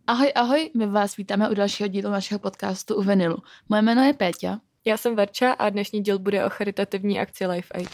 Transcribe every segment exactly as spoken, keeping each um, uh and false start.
Ahoj, ahoj, my vás vítáme u dalšího dílu našeho podcastu u Vinilu. Moje jméno je Péťa. Já jsem Verča a dnešní díl bude o charitativní akci Live Aid.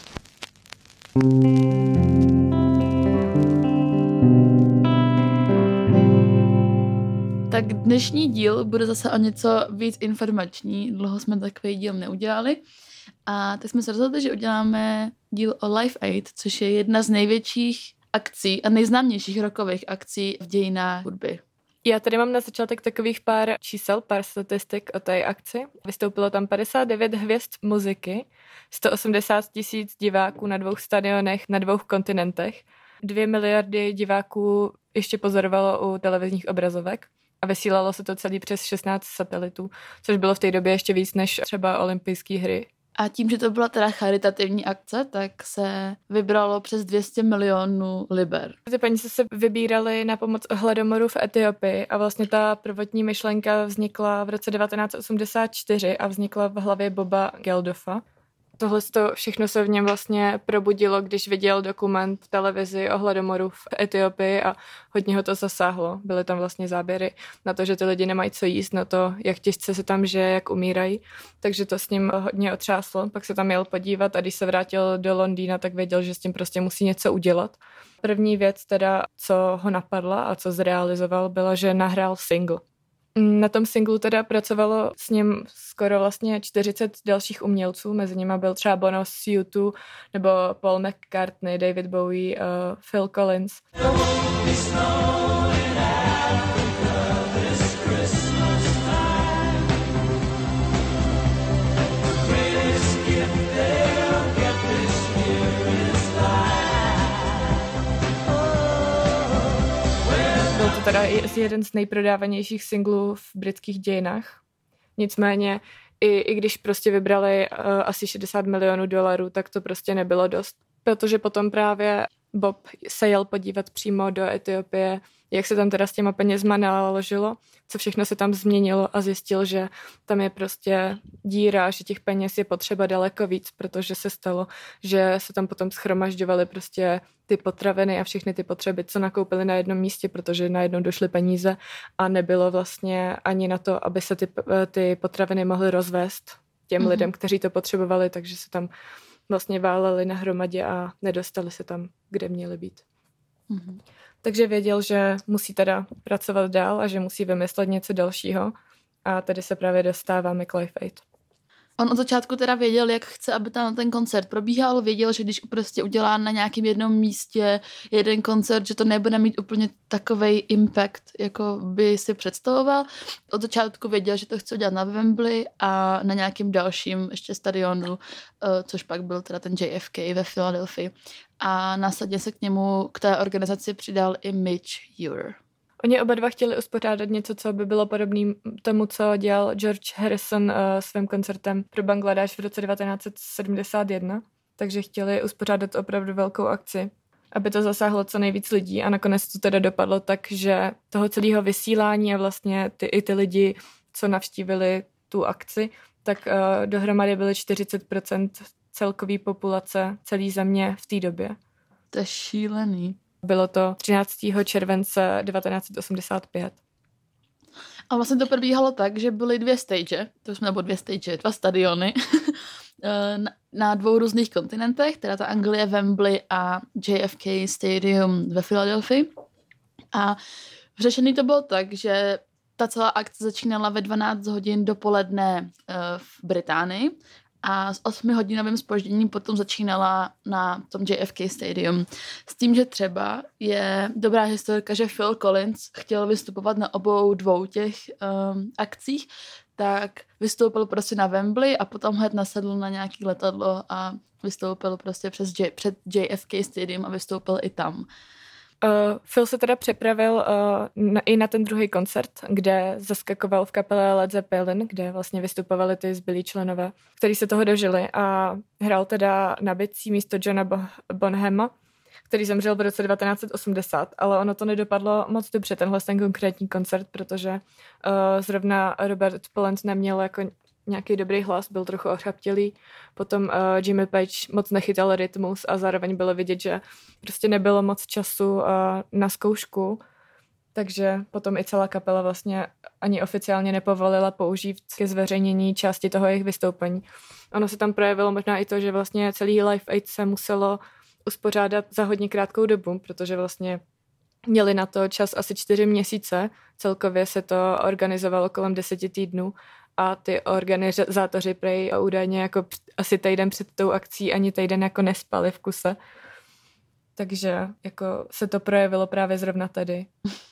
Tak dnešní díl bude zase o něco víc informační. Dlouho jsme takový díl neudělali. A tak jsme se rozhodli, že uděláme díl o Live Aid, což je jedna z největších akcí a nejznámějších rockových akcí v dějinách hudby. Já tady mám na začátek takových pár čísel, pár statistik o té akci. Vystoupilo tam padesát devět hvězd muziky, sto osmdesát tisíc diváků na dvou stadionech na dvou kontinentech, dvě miliardy diváků ještě pozorovalo u televizních obrazovek a vysílalo se to celý přes šestnáct satelitů, což bylo v té době ještě víc než třeba olympijské hry. A tím, že to byla teda charitativní akce, tak se vybralo přes dvě stě milionů liber. Ty peníze se vybíraly na pomoc hladomoru v Etiopii a vlastně ta prvotní myšlenka vznikla v roce devatenáct osmdesát čtyři a vznikla v hlavě Boba Geldoffa. Tohle to všechno se v něm vlastně probudilo, když viděl dokument v televizi o hladomoru v Etiopii a hodně ho to zasáhlo. Byly tam vlastně záběry na to, že ty lidi nemají co jíst, na to, jak těžce se tam žije, jak umírají. Takže to s ním hodně otřáslo. Pak se tam jel podívat a když se vrátil do Londýna, tak věděl, že s tím prostě musí něco udělat. První věc teda, co ho napadla a co zrealizoval, byla, že nahrál single. Na tom singlu teda pracovalo s ním skoro vlastně čtyřicet dalších umělců, mezi nimi byl třeba Bono z U dva nebo Paul McCartney, David Bowie, uh, Phil Collins. Byl to teda jeden z nejprodávanějších singlů v britských dějinách. Nicméně, i, i když prostě vybrali uh, asi šedesát milionů dolarů, tak to prostě nebylo dost. Protože potom právě Bob se jel podívat přímo do Etiopie, jak se tam teda s těma penězma naložilo, co všechno se tam změnilo a zjistil, že tam je prostě díra, že těch peněz je potřeba daleko víc, protože se stalo, že se tam potom shromažďovaly prostě ty potraviny a všechny ty potřeby, co nakoupili na jednom místě, protože najednou došly peníze a nebylo vlastně ani na to, aby se ty, ty potraviny mohly rozvést těm mm-hmm. lidem, kteří to potřebovali, takže se tam vlastně váleli na hromadě a nedostali se tam, kde měli být. Mm-hmm. Takže věděl, že musí teda pracovat dál a že musí vymyslet něco dalšího. A tady se právě dostáváme k Live Aid. On od začátku teda věděl, jak chce, aby tam ten koncert probíhal. Věděl, že když prostě udělá na nějakém jednom místě jeden koncert, že to nebude mít úplně takovej impact, jako by si představoval. Od začátku věděl, že to chce udělat na Wembley a na nějakým dalším ještě stadionu, což pak byl teda ten J F K ve Philadelphii. A následně se k němu, k té organizaci přidal i Mitch Ure. Oni oba dva chtěli uspořádat něco, co by bylo podobné tomu, co dělal George Harrison uh, svým koncertem pro Bangladeš v roce devatenáct sedmdesát jedna. Takže chtěli uspořádat opravdu velkou akci, aby to zasáhlo co nejvíc lidí a nakonec to teda dopadlo tak, že toho celého vysílání a vlastně ty, i ty lidi, co navštívili tu akci, tak uh, dohromady byly čtyřicet procent celkové populace celé země v té době. To je šílený. Bylo to třináctého července devatenáct osmdesát pět. A vlastně to probíhalo tak, že byly dvě stage, to jsme nebo dvě stage, dva stadiony na, na dvou různých kontinentech, teda ta Anglie, Wembley a J F K Stadium ve Philadelphii. A řešený to bylo tak, že ta celá akce začínala ve dvanáct hodin dopoledne v Británii a s osmihodinovým zpožděním potom začínala na tom J F K Stadium. S tím, že třeba je dobrá historka, že Phil Collins chtěl vystupovat na obou dvou těch um, akcích, tak vystoupil prostě na Wembley a potom hned nasedl na nějaký letadlo a vystoupil prostě přes J- před J F K Stadium a vystoupil i tam. Uh, Phil se teda připravil uh, na, i na ten druhý koncert, kde zaskakoval v kapele Led Zeppelin, kde vlastně vystupovali ty zbylí členové, kteří se toho dožili a hrál teda na bicí místo Johna Bo- Bonhama, který zemřel v roce devatenáct osmdesát, ale ono to nedopadlo moc dobře, tenhle ten konkrétní koncert, protože uh, zrovna Robert Plant neměl jako nějaký dobrý hlas, byl trochu ochřaptělý. Potom uh, Jimmy Page moc nechytal rytmus a zároveň bylo vidět, že prostě nebylo moc času uh, na zkoušku takže potom i celá kapela vlastně ani oficiálně nepovolila použít ke zveřejnění části toho jejich vystoupení. Ono se tam projevilo možná i to, že vlastně celý Live Aid se muselo uspořádat za hodně krátkou dobu, protože vlastně měli na to čas asi čtyři měsíce, celkově se to organizovalo kolem deseti týdnů a ty organizátoři prej údajně jako asi týden před tou akcí ani týden jako nespali v kuse. Takže jako se to projevilo právě zrovna tady.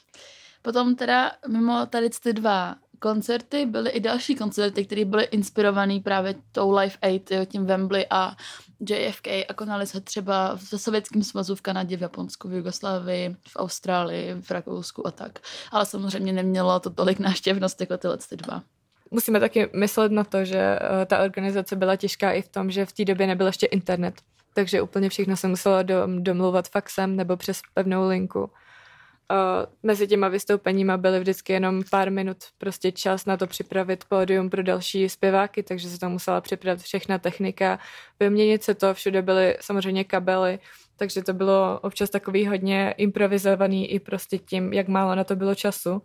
Potom teda mimo tady ty dva koncerty byly i další koncerty, které byly inspirované právě tou Live Aid, jo, tím Wembley a J F K a konaly se třeba ve Sovětském svazu, v Kanadě, v Japonsku, v Jugoslávii, v Austrálii, v Rakousku a tak. Ale samozřejmě nemělo to tolik návštěvnost jako tyhle ty dva. Musíme taky myslet na to, že ta organizace byla těžká i v tom, že v té době nebyl ještě internet. Takže úplně všechno se muselo domluvat faxem nebo přes pevnou linku. Uh, mezi těma vystoupeníma byly vždycky jenom pár minut prostě čas na to připravit pódium pro další zpěváky, takže se tam musela připravit všechna technika, vyměnit se to, všude byly samozřejmě kabely, takže to bylo občas takový hodně improvizovaný i prostě tím, jak málo na to bylo času. Uh,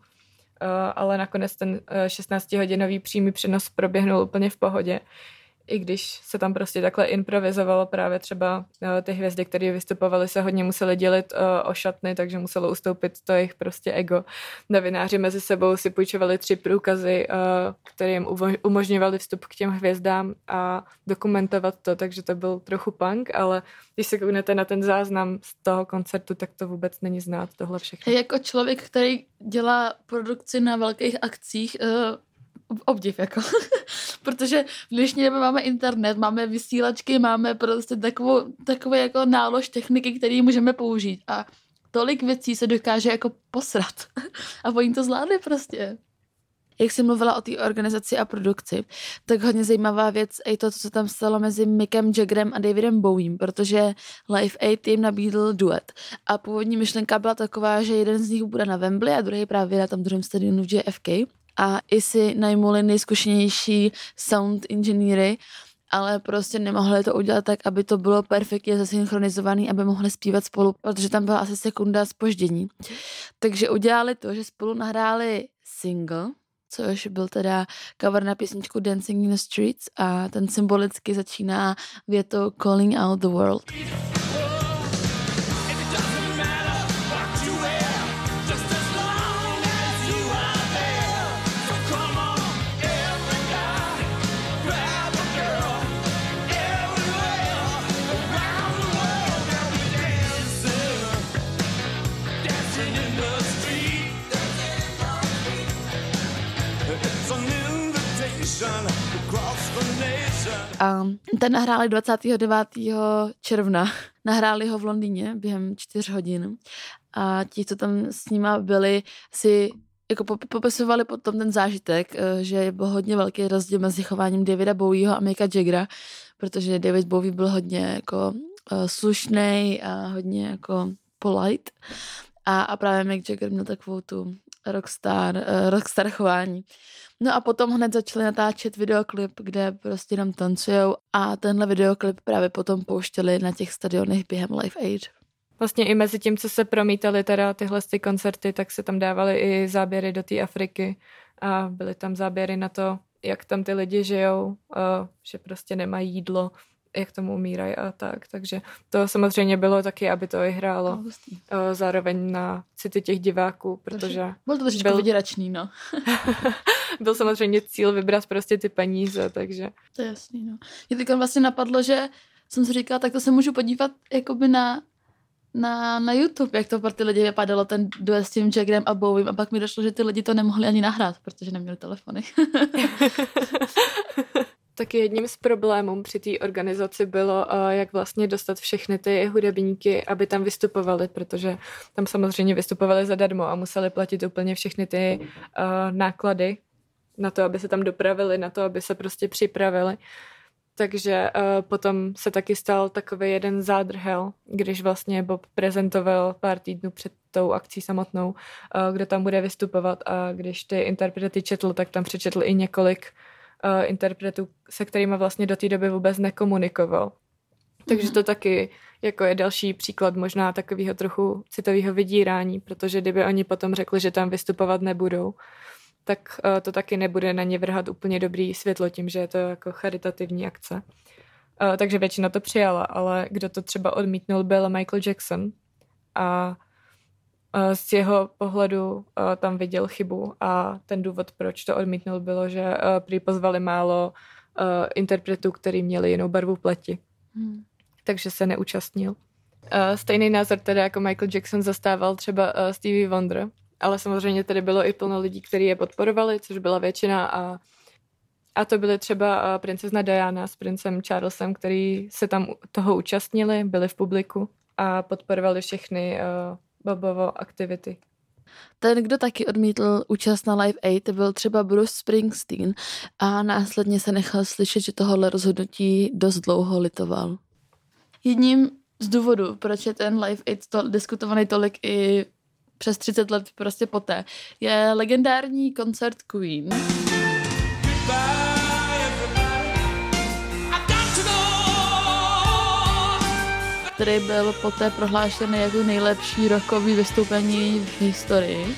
ale nakonec ten šestnáctihodinový přímý přenos proběhnul úplně v pohodě. I když se tam prostě takhle improvizovalo právě třeba uh, ty hvězdy, které vystupovaly, se hodně museli dělit uh, o šatny, takže muselo ustoupit to jejich prostě ego. Novináři mezi sebou si půjčovali tři průkazy, uh, které jim umožňovaly vstup k těm hvězdám a dokumentovat to, takže to byl trochu punk, ale když se kouknete na ten záznam z toho koncertu, tak to vůbec není znát, tohle všechno. Jako člověk, který dělá produkci na velkých akcích, uh... obdiv, jako. Protože v dnešní době máme internet, máme vysílačky, máme prostě takovou, takovou jako nálož techniky, který můžeme použít a tolik věcí se dokáže jako posrat a oni to zvládli prostě. Jak jsi mluvila o té organizaci a produkci, tak hodně zajímavá věc je to, co se tam stalo mezi Mickem Jaggerem a Davidem Bowiem, protože Live Aid jim nabídl duet. A původní myšlenka byla taková, že jeden z nich bude na Wembley a druhý právě na tom druhém stadionu v J F K. A i si najmuli nejzkušenější sound inženýry, ale prostě nemohli to udělat tak, aby to bylo perfektně zasynchronizované, aby mohli zpívat spolu, protože tam byla asi sekunda zpoždění. Takže udělali to, že spolu nahráli single, což byl teda cover na písničku Dancing in the Streets a ten symbolicky začíná větou Calling out the world. A ten nahráli dvacátého devátého června. Nahráli ho v Londýně během čtyř hodin. A ti, co tam s nima byli, si jako popisovali potom ten zážitek, že byl hodně velký rozdíl mezi chováním Davida Bowieho a Micka Jaggera, protože David Bowie byl hodně jako uh, slušnej a hodně jako polite. A, a právě Mick Jagger měl takovou tu rockstar, uh, rockstar chování. No a potom hned začali natáčet videoklip, kde prostě nám tancujou a tenhle videoklip právě potom pouštěli na těch stadionech během Live Aid. Vlastně i mezi tím, co se promítaly teda tyhle ty koncerty, tak se tam dávaly i záběry do té Afriky a byly tam záběry na to, jak tam ty lidi žijou, že prostě nemají jídlo, jak tomu umírají a tak. Takže to samozřejmě bylo taky, aby to vyhrálo no, zároveň na city těch diváků, protože... Bylo to trošičku byl... vyděračný, no. Byl samozřejmě cíl vybrat prostě ty peníze, takže... To je jasný, no. Mě teď vlastně napadlo, že jsem si říkala, tak to se můžu podívat jakoby na, na, na YouTube, jak to pro ty lidi vypadalo, ten duet s tím Jaggerem a Bowiem, a pak mi došlo, že ty lidi to nemohli ani nahrát, protože neměli telefony. Taky jedním z problémů při té organizaci bylo, jak vlastně dostat všechny ty hudebníky, aby tam vystupovali, protože tam samozřejmě vystupovali zadarmo a museli platit úplně všechny ty uh, náklady na to, aby se tam dopravili, na to, aby se prostě připravili. Takže uh, potom se taky stal takový jeden zádrhel, když vlastně Bob prezentoval pár týdnů před tou akcí samotnou, uh, kde tam bude vystupovat a když ty interprety četl, tak tam přečetl i několik uh, interpretů, se kterými vlastně do té doby vůbec nekomunikoval. Takže to taky jako je další příklad možná takového trochu citového vydírání, protože kdyby oni potom řekli, že tam vystupovat nebudou, tak uh, to taky nebude na ně vrhat úplně dobrý světlo tím, že je to jako charitativní akce. Uh, takže většina to přijala, ale kdo to třeba odmítnul, byl Michael Jackson a uh, z jeho pohledu uh, tam viděl chybu a ten důvod, proč to odmítnul, bylo, že uh, prý pozvali málo uh, interpretů, který měli jinou barvu pleti. Hmm. Takže se neúčastnil. Uh, stejný názor teda jako Michael Jackson zastával třeba uh, Stevie Wonder, ale samozřejmě tady bylo i plno lidí, kteří je podporovali, což byla většina a, a to byly třeba uh, princezna Diana s princem Charlesem, který se tam toho účastnili, byli v publiku a podporovali všechny uh, Bobovo aktivity. Ten, kdo taky odmítl účast na Live Aid, byl třeba Bruce Springsteen a následně se nechal slyšet, že tohohle rozhodnutí dost dlouho litoval. Jedním z důvodů, proč je ten Live Aid to, diskutovaný tolik i přes třicet let prostě poté, je legendární koncert Queen. Který byl poté prohlášený jako nejlepší rockový vystoupení v historii.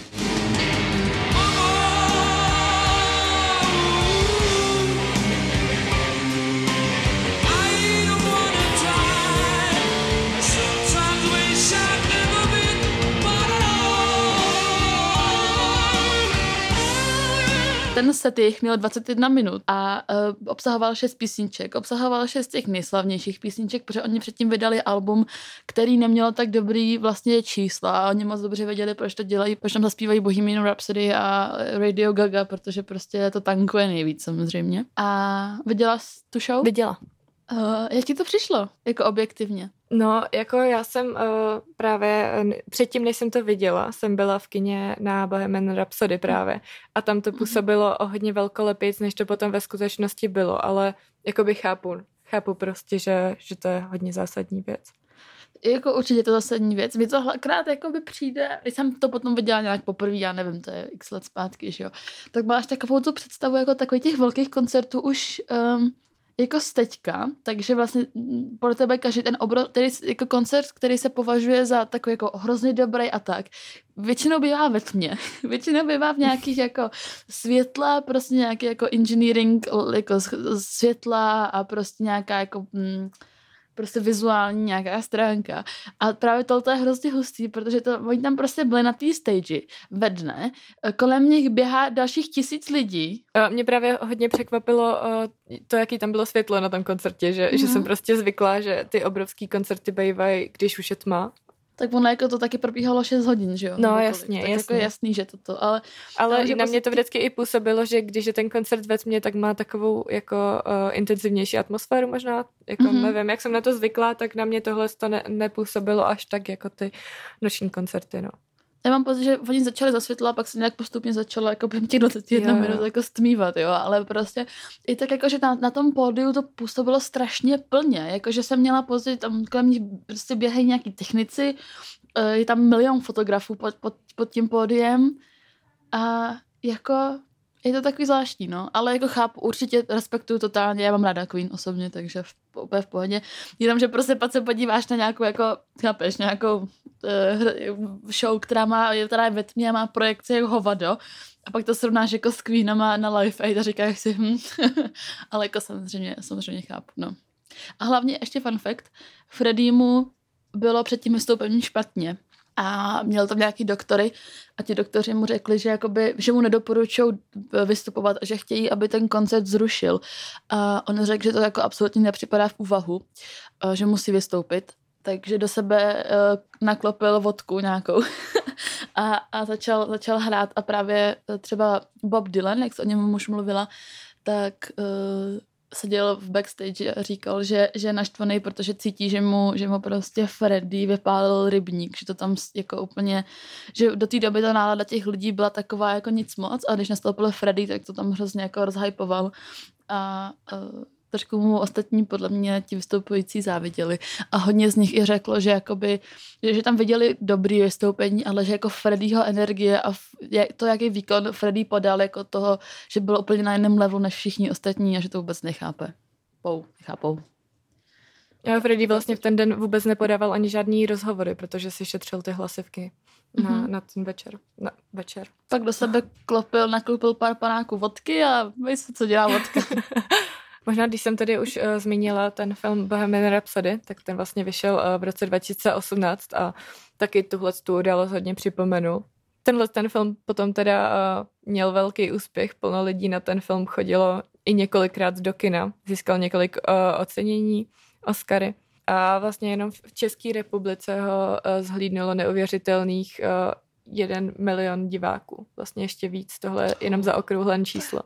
Ten set jich měl dvacet jedna minut a uh, obsahoval šest písniček. Obsahoval šest těch nejslavnějších písniček, protože oni předtím vydali album, který nemělo tak dobrý vlastně čísla a oni moc dobře věděli, proč to dělají, proč tam zaspívají Bohemian Rhapsody a Radio Gaga, protože prostě to tankuje nejvíc samozřejmě. A viděla jsi tu show? Viděla. Uh, jak ti to přišlo, jako objektivně? No, jako já jsem uh, právě uh, předtím, než jsem to viděla, jsem byla v kině na Bohemian Rhapsody právě a tam to působilo o hodně velkolepějc, než to potom ve skutečnosti bylo, ale jakoby chápu, chápu prostě, že, že to je hodně zásadní věc. Jako určitě to zásadní věc. Mně to krát jakoby přijde, když jsem to potom viděla nějak poprvé, já nevím, to je x let zpátky, že jo, tak máš takovou tu představu jako takových těch velkých koncertů už um, jako z teďka, takže vlastně pro tebe každý ten obro, který, jako koncert, který se považuje za takový jako hrozně dobrý a tak, většinou bývá ve tmě. Většinou bývá v nějakých jako světla, prostě nějaký jako engineering jako světla a prostě nějaká jako mm, prostě vizuální nějaká stránka. A právě tohle je hrozně hustý, protože to, oni tam prostě byli na té stage ve dne, kolem nich běhá dalších tisíc lidí. Mě právě hodně překvapilo to, jaký tam bylo světlo na tom koncertě, že, mm. že jsem prostě zvykla, že ty obrovský koncerty bývají, když už je tma. Tak ono jako to taky probíhalo šest hodin, že jo? No jasně, tak jasně. jako je jasný, že toto, ale... Ale, ale na prostě mě to vždycky i působilo, že když je ten koncert ve tmě, tak má takovou jako uh, intenzivnější atmosféru možná, jako mm-hmm. nevím, jak jsem na to zvykla, tak na mě tohle to ne, nepůsobilo až tak jako ty noční koncerty, no. Já mám pocit, že oni začali zasvětla a pak se nějak postupně začalo jako během těch dvacet jedna minut jako stmívat, jo, ale prostě i tak jako, že na, na tom pódiu to působilo strašně plně, jakože jsem měla pocit, tam kolem nich prostě běhají nějaký technici, je tam milion fotografů pod, pod, pod tím pódiem a jako je to takový zvláštní, no, ale jako chápu, určitě respektuju totálně, já mám ráda Queen osobně, takže v, úplně v pohodě, jenom, že prostě pak se podíváš na nějakou, jako, chápeš, nějakou uh, show, která má, je teda ve tmě a má projekci jako hovado a pak to srovnáš jako s Queenama na Live Aid a říkáš si, hm, ale jako samozřejmě, samozřejmě chápu, no. A hlavně ještě fun fact, Freddímu bylo před tím vystoupením špatně. A měl tam nějaký doktory a ti doktoři mu řekli, že, jakoby, že mu nedoporučují vystupovat a že chtějí, aby ten koncert zrušil. A on řekl, že to jako absolutně nepřipadá v úvahu, že musí vystoupit. Takže do sebe naklopil vodku nějakou a, a začal, začal hrát a právě třeba Bob Dylan, jak se o něm už mluvila, tak... seděl v backstage a říkal, že, že je naštvaný, protože cítí, že mu, že mu prostě Freddie vypálil rybník, že to tam jako úplně, že do té doby ta nálada těch lidí byla taková jako nic moc a když nastoupil Freddie, tak to tam hrozně jako rozhypoval a, a trošku mu ostatní podle mě ti vystupující záviděli a hodně z nich i řeklo, že jakoby, že, že tam viděli dobrý vystoupení, ale že jako Freddieho energie a to, jaký výkon Freddie podal, jako toho, že byl úplně na jiném levelu než všichni ostatní a že to vůbec nechápe. Pou, nechápou. A Freddie vlastně v ten den vůbec nepodával ani žádný rozhovory, protože si šetřil ty hlasivky na, mm-hmm. na ten večer. Na večer. Pak do sebe klopil, nakoupil pár panáků vodky a víš, co dělá vodka. Možná, když jsem tady už uh, zmínila ten film Bohemian Rhapsody, tak ten vlastně vyšel uh, v roce dva tisíce osmnáct a taky tuhle tu událost hodně připomenul. Tenhle ten film potom teda uh, měl velký úspěch, plno lidí na ten film chodilo i několikrát do kina, získal několik uh, ocenění, Oscary. A vlastně jenom v České republice ho uh, zhlídnulo neuvěřitelných uh, jeden milion diváků. Vlastně ještě víc, tohle jenom za okrouhlen číslo.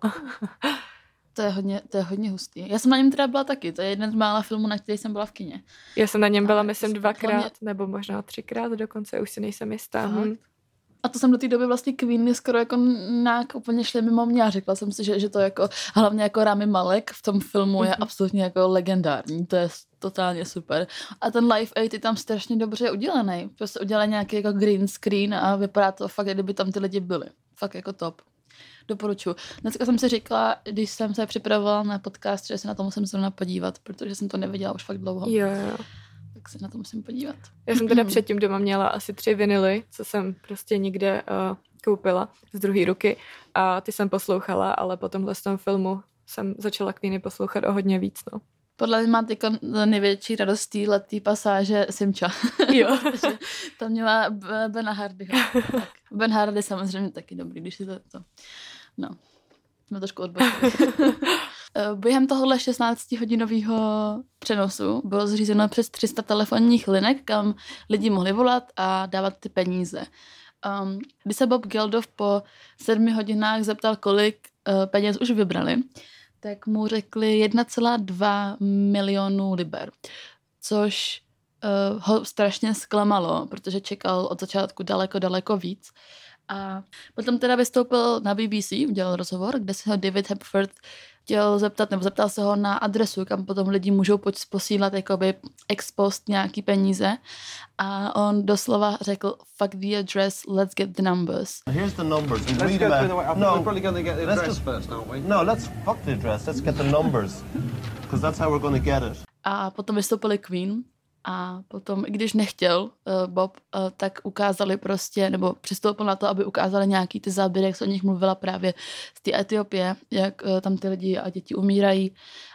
To je hodně, to je hodně hustý. Já jsem na něm teda byla taky, to je jeden z mála filmů, na který jsem byla v kině. Já jsem na něm byla, myslím, dvakrát, hlavně... nebo možná třikrát dokonce, už si nejsem jistá. Hm. A to jsem do té doby vlastně Queen skoro jako nějak úplně šli mimo mě a řekla jsem si, že, že to jako, hlavně jako Rami Malek v tom filmu mm-hmm. je absolutně jako legendární, to je totálně super. A ten Live Aid je tam strašně dobře udělaný, prostě udělaný nějaký jako green screen a vypadá to fakt, kdyby tam ty lidi byli. Fakt jako top. Doporučuji. Dneska jsem si říkala, když jsem se připravovala na podcast, že se na to musím zrovna podívat, protože jsem to neviděla už fakt dlouho. Jo, jo. Tak se na to musím podívat. Já jsem teda předtím doma měla asi tři vinily, co jsem prostě někde uh, koupila z druhé ruky a ty jsem poslouchala, ale po tomhle z tom filmu jsem začala Queeny poslouchat o hodně víc, no. Podle mě má tyko největší radost téhletý pasáže Simča. Jo. Tam měla Bena Hardyho. Tak. Ben Hardy samozřejmě taky dobrý, když si to... to. No, jsme trošku odbočili. Během tohohle šestnáctihodinového přenosu bylo zřízeno přes tři sta telefonních linek, kam lidi mohli volat a dávat ty peníze. Um, když se Bob Geldof po sedmi hodinách zeptal, kolik uh, peněz už vybrali, tak mu řekli jedna celá dva milionu liber, což uh, ho strašně zklamalo, protože čekal od začátku daleko, daleko víc. A potom teda vystoupil na B B C, udělal rozhovor, kde se ho David Hepburn chtěl zeptat, nebo zeptal se ho na adresu, kam potom lidi můžou posílat jakoby ex post nějaký peníze. A on doslova řekl, fuck the address, let's get the numbers. Here's the numbers. We Let's read get about... the way. No, we're probably going to get the let's address just- first, aren't we? No, let's fuck the address. Let's get the numbers. Because that's how we're going to get it. A potom vystoupili Queen a potom, i když nechtěl uh, Bob, uh, tak ukázali prostě, nebo přistoupil na to, aby ukázali nějaký ty záběry, jak se o nich mluvila právě z té Etiopie, jak uh, tam ty lidi a děti umírají.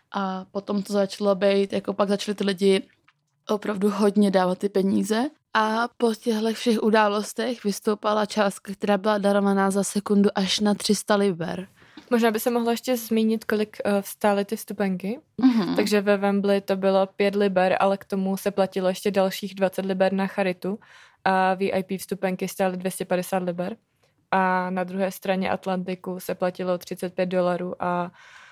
A potom to začalo být, jako pak začali ty lidi opravdu hodně dávat ty peníze. A po těchto všech událostech vystoupala částka, která byla darovaná za sekundu až na tři sta liber. Možná by se mohla ještě zmínit, kolik uh, vstály ty vstupenky. Mm-hmm. Takže ve Wembley to bylo pět liber, ale k tomu se platilo ještě dalších dvacet liber na charitu a V I P vstupenky stály dvě stě padesát liber. A na druhé straně Atlantiku se platilo třicet pět dolarů a,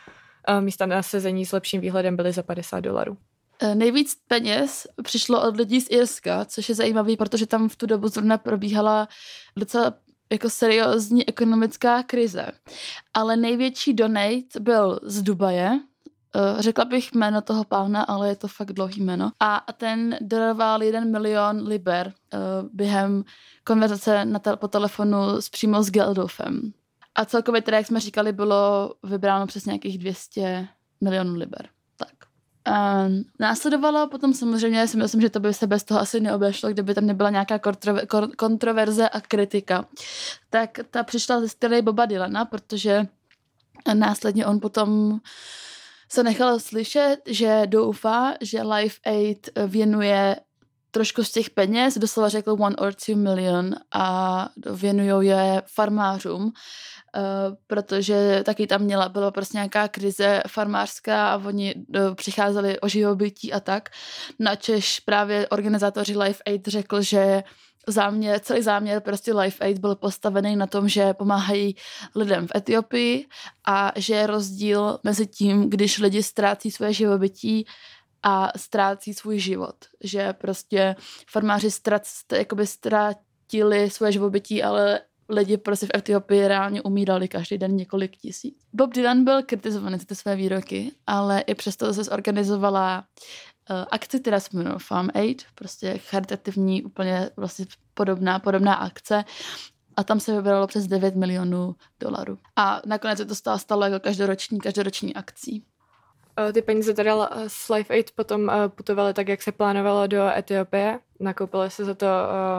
a místa na sezení s lepším výhledem byly za padesát dolarů. Nejvíc peněz přišlo od lidí z Irska, což je zajímavé, protože tam v tu dobu zrovna probíhala docela jako seriózní ekonomická krize. Ale největší donate byl z Dubaje. Řekla bych jméno toho pána, ale je to fakt dlouhý jméno. A ten daroval jeden milion liber během konverzace na te- po telefonu s přímo s Geldofem. A celkově teda, jak jsme říkali, bylo vybráno přes nějakých dvě stě milionů liber. Tak. Um, následovalo potom samozřejmě, si myslím, že to by se bez toho asi neobešlo, kdyby tam nebyla nějaká kontrover- kontroverze a kritika. Tak ta přišla ze strany Boba Dylana, protože následně on potom se nechal slyšet, že doufá, že Live Aid věnuje trošku z těch peněz, doslova řekl one or two million a věnujou je farmářům, Uh, protože taky tam měla, byla prostě nějaká krize farmářská a oni uh, přicházeli o živobytí a tak. Načež právě organizátoři Live Aid řekl, že záměr, celý záměr prostě Live Aid byl postavený na tom, že pomáhají lidem v Etiopii a že je rozdíl mezi tím, když lidi ztrácí svoje živobytí a ztrácí svůj život. Že prostě farmáři ztrát, jakoby ztrátili svoje živobytí, ale lidi prostě v Etiopii reálně umírali každý den několik tisíc. Bob Dylan byl kritizovaný za ty své výroky, ale i přesto se zorganizovala uh, akce, která se jmenuje Farm Aid, prostě charitativní, úplně vlastně podobná, podobná akce. A tam se vybralo přes devět milionů dolarů. A nakonec se to stalo, stalo jako každoroční, každoroční akcí. Ty peníze teda z Live Aid potom putovaly tak, jak se plánovalo do Etiopie. Nakoupily se za to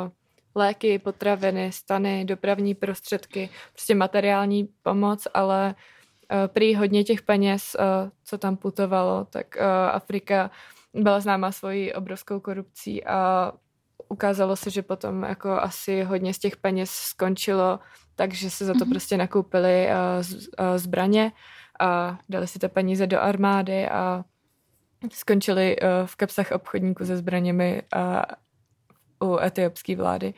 léky, potraviny, stany, dopravní prostředky, prostě materiální pomoc, ale prý hodně těch peněz, co tam putovalo, tak Afrika byla známá svojí obrovskou korupcí a ukázalo se, že potom jako asi hodně z těch peněz skončilo, takže se za to prostě nakoupili zbraně a dali si ty peníze do armády a skončili v kapsách obchodníků se zbraněmi a u etiopské vlády.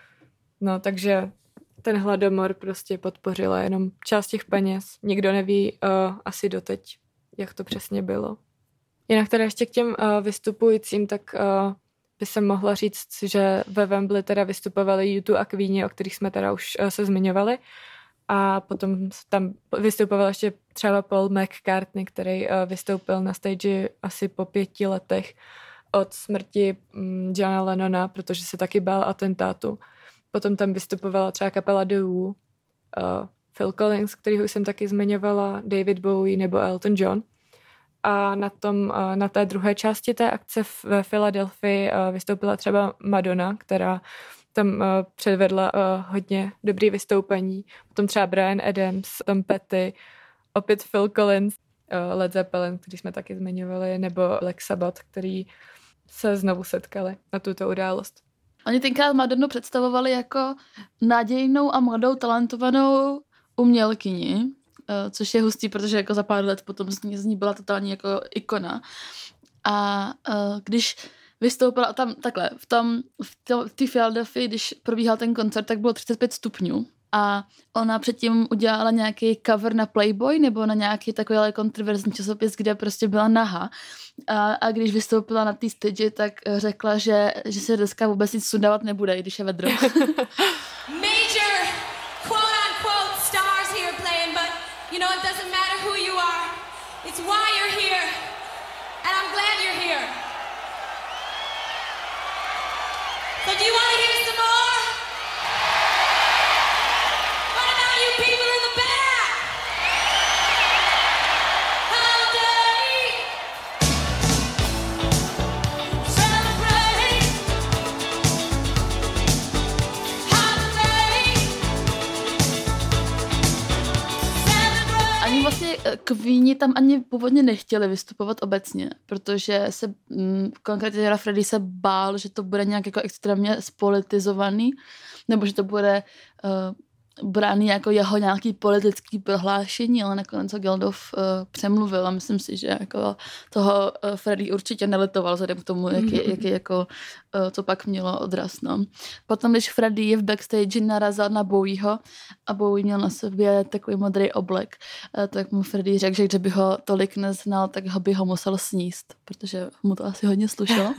No, takže ten hladomor prostě podpořila jenom část těch peněz. Nikdo neví uh, asi doteď, jak to přesně bylo. Jinak teda ještě k těm uh, vystupujícím, tak uh, by se mohla říct, že ve Wembley teda vystupovali U dva a Queeni, o kterých jsme teda už uh, se zmiňovali. A potom tam vystupoval ještě třeba Paul McCartney, který uh, vystoupil na stage asi po pěti letech od smrti um, Johna Lennona, protože se taky bál atentátu. Potom tam vystupovala třeba kapela The Who, uh, Phil Collins, kterýho jsem taky zmiňovala, David Bowie nebo Elton John. A na, tom, uh, na té druhé části té akce ve Filadelfii uh, vystoupila třeba Madonna, která tam uh, předvedla uh, hodně dobrý vystoupení. Potom třeba Bryan Adams, Tom Petty, opět Phil Collins, uh, Led Zeppelin, který jsme taky zmiňovali, nebo Black Sabbath, který se znovu setkali na tuto událost. Oni tenkrát Madonnu představovali jako nadějnou a mladou talentovanou umělkyni, což je hustý, protože jako za pár let potom z ní, z ní byla totální jako ikona. A když vystoupila tam takhle, v tom, v té Philadelphii, když probíhal ten koncert, tak bylo třicet pět stupňů. A ona předtím udělala nějaký cover na Playboy nebo na nějaký takový kontroverzní časopis, kde prostě byla nahá. A, a když vystoupila na té stage, tak řekla, že, že se dneska vůbec nic sundávat nebude, i když je vedro. Major quote-unquote stars here playing, but you know it doesn't matter who you are. It's why you're here. And I'm glad you're here. So do you want to hear some more? People in the back! Holiday! Celebrate! Holiday! Celebrate! Ani vlastně Queeni tam ani původně nechtěli vystupovat obecně, protože se mm, konkrétně teda Freddie se bál, že to bude nějak jako extrémně spolitizovaný, nebo že to bude uh, brány jako jeho nějaký politický prohlášení, ale nakonec ho Geldof uh, přemluvil a myslím si, že jako toho uh, Freddie určitě nelitoval vzhledem k tomu, jaký, jaký jako uh, to pak mělo odraz. No. Potom, když Freddie v backstage narazil na Bowieho a Bowie měl na sobě takový modrý oblek, uh, tak mu Freddie řekl, že kdyby ho tolik neznal, tak ho by ho musel sníst, protože mu to asi hodně slušelo.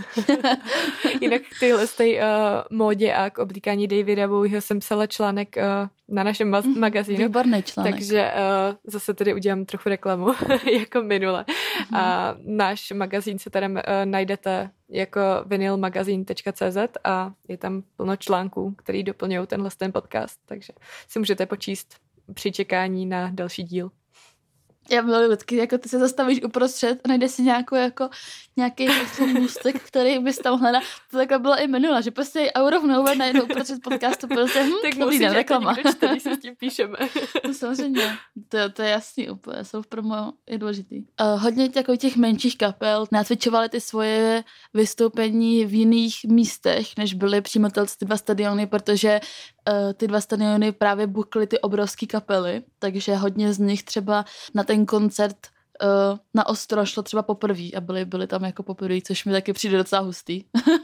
Jinak k téhle uh, módě a k oblíkání Davida Bowieho jsem psala článek uh, na našem ma- magazínu. Výborný článek. Takže uh, zase tady udělám trochu reklamu, jako minule. Mm. A náš magazín se tady uh, najdete jako vinylmagazín tečka cé zet a je tam plno článků, který doplňují tenhle ten podcast, takže si můžete počíst při čekání na další díl. Já miluji vždycky, jako ty se zastavíš uprostřed a najdeš si nějakou, jako, nějaký můstek, který bys tam hledal. To takhle bylo i minula, že prostě out of nowhere najednou uprostřed podcastu prostě hm, tak dobrý den, reklama. Tak musíš, když se s tím píšeme. To samozřejmě, to, to je jasný úplně, jsou promo je důležitý. Uh, hodně těch, těch menších kapel natvičovaly ty svoje vystoupení v jiných místech, než byly přímo ty dva stadiony, protože uh, ty dva stadiony právě bukly ty obrovské kapely, takže hodně z nich třeba na ten koncert uh, na Ostro šlo třeba poprvé a byli, byli tam jako poprvé, což mi taky přijde docela hustý.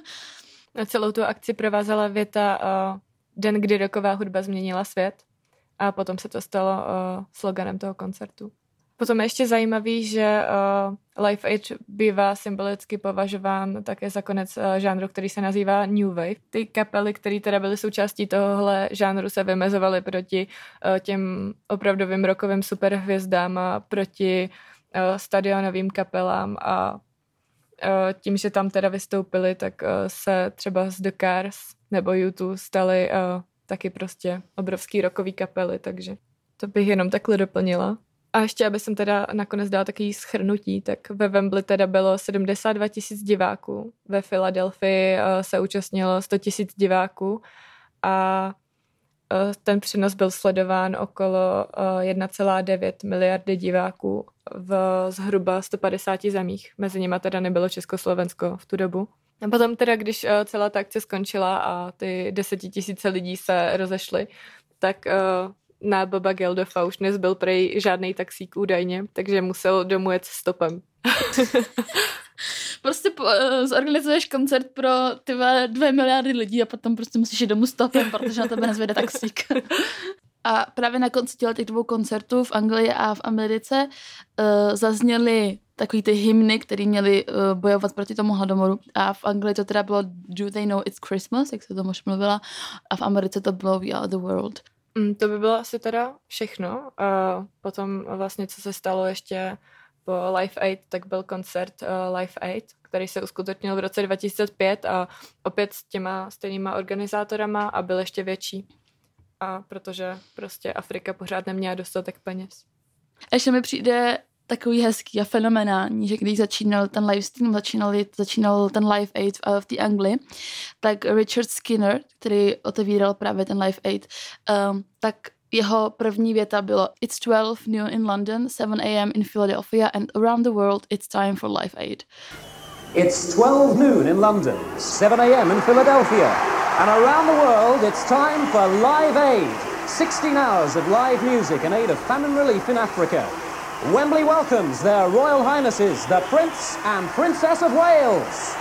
Na celou tu akci provázela věta uh, Den, kdy rocková hudba změnila svět a potom se to stalo uh, sloganem toho koncertu. Potom je ještě zajímavý, že uh, Live Aid bývá symbolicky považován také za konec uh, žánru, který se nazývá New Wave. Ty kapely, které teda byly součástí tohohle žánru, se vymezovaly proti uh, těm opravdovým rockovým superhvězdám a proti uh, stadionovým kapelám a uh, tím, že tam teda vystoupili, tak uh, se třeba z The Cars nebo U dva staly uh, taky prostě obrovský rockový kapely, takže to bych jenom takhle doplnila. A ještě, aby jsem teda nakonec dala takový shrnutí, tak ve Wembley teda bylo sedmdesát dva tisíc diváků, ve Filadelfii se účastnilo sto tisíc diváků a ten přenos byl sledován okolo jedna celá devět miliardy diváků v zhruba sto padesáti zemích. Mezi nimi teda nebylo Československo v tu dobu. A potom teda, když celá ta akce skončila a ty desetitisíce lidí se rozešly, tak na Boba Geldoffa už nezbyl prej žádnej taxík údajně, takže musel domů jet stopem. Prostě uh, zorganizuješ koncert pro ty dvě miliardy lidí a potom prostě musíš jít domů stopem, protože na tebe nezvede taxík. A právě na konci těch dvou koncertů v Anglii a v Americe uh, zazněly takový ty hymny, které měly uh, bojovat proti tomu hladomoru. A v Anglii to teda bylo Do They Know It's Christmas, jak se tomu už mluvila, a v Americe to bylo We Are The World. Mm, to by bylo asi teda všechno. A potom vlastně, co se stalo ještě po Live Aid, tak byl koncert uh, Live Aid, který se uskutečnil v roce dva tisíce pět a opět s těma stejnýma organizátorama a byl ještě větší. A protože prostě Afrika pořád neměla dostatek peněz. Ještě mi přijde takový hezký a fenomenální, že když začínal ten livestream, začínal, začínal ten Live Aid v, v té Anglii, tak Richard Skinner, který otevíral právě ten Live Aid, um, tak jeho první věta bylo It's twelve noon in London, seven a.m. in Philadelphia and around the world it's time for Live Aid. It's twelve noon in London, seven a.m. in Philadelphia and around the world it's time for Live Aid. sixteen hours of live music in aid of famine relief in Africa. Wembley welcomes their Royal Highnesses, the Prince and Princess of Wales.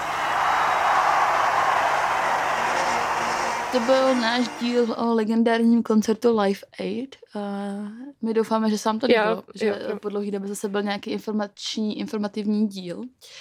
To byl náš díl o legendárním koncertu Live Aid. Uh, my doufáme, že sám to nebylo, že jo, po dlouhý době zase byl nějaký informační, informativní díl. Uh,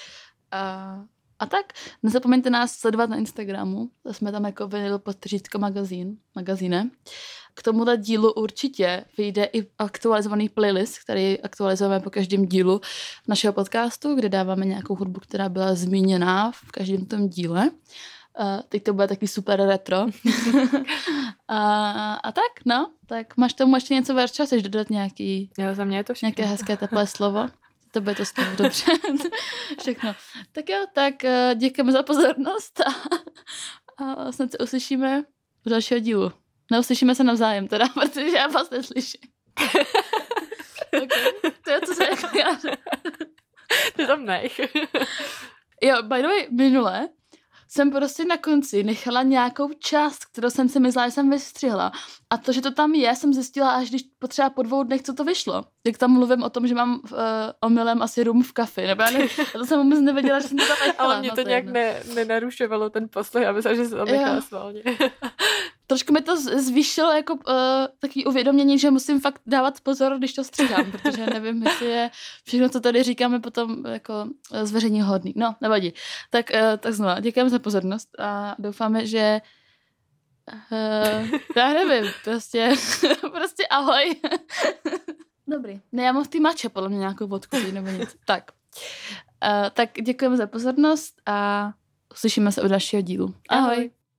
a tak, nezapomeňte nás sledovat na Instagramu, jsme tam jako Vinyl podtržítko magazín, magazíne. K tomuto dílu určitě vyjde i aktualizovaný playlist, který aktualizujeme po každém dílu našeho podcastu, kde dáváme nějakou hudbu, která byla zmíněná v každém tom díle. Uh, teď to bude taky super retro. a, a tak, no, tak máš tomu ještě něco, Verča? Chceš dodat nějaký, jo, za mě je to všechno. Nějaké hezké teplé slovo? To bude to slovo, dobře. Všechno. Tak jo, tak uh, děkujeme za pozornost a, a snad se uslyšíme u dalšího dílu. Neuslyšíme se navzájem teda, protože já vás neslyším. Okay. To je to, co jako já. Ty tam nech. Jo, by the way, minule jsem prostě na konci nechala nějakou část, kterou jsem si myslela, že jsem vystřihla. A to, že to tam je, jsem zjistila, až když potřeba po dvou dnech, co to vyšlo. Jak tam mluvím o tom, že mám uh, omylem asi rum v kafi. Nebo já ne, a to jsem vůbec nevěděla, že jsem to tam nechala. Ale mě to, to nějak ne, nenarušovalo ten poslech, já myslím, že se to nechala sválně. Trošku mi to zvýšilo jako uh, takový uvědomění, že musím fakt dávat pozor, když to stříhám, protože nevím, jestli je všechno, co tady říkáme, potom jako zveřejní hodný. No, nevadí. Tak, uh, tak znovu, děkujeme za pozornost a doufáme, že uh, já nevím, prostě, prostě ahoj. Dobrý. Ne, já mám v té mače podle mě nějakou vodku nebo nic. Tak. Uh, tak děkujeme za pozornost a uslyšíme se u dalšího dílu. Ahoj. ahoj.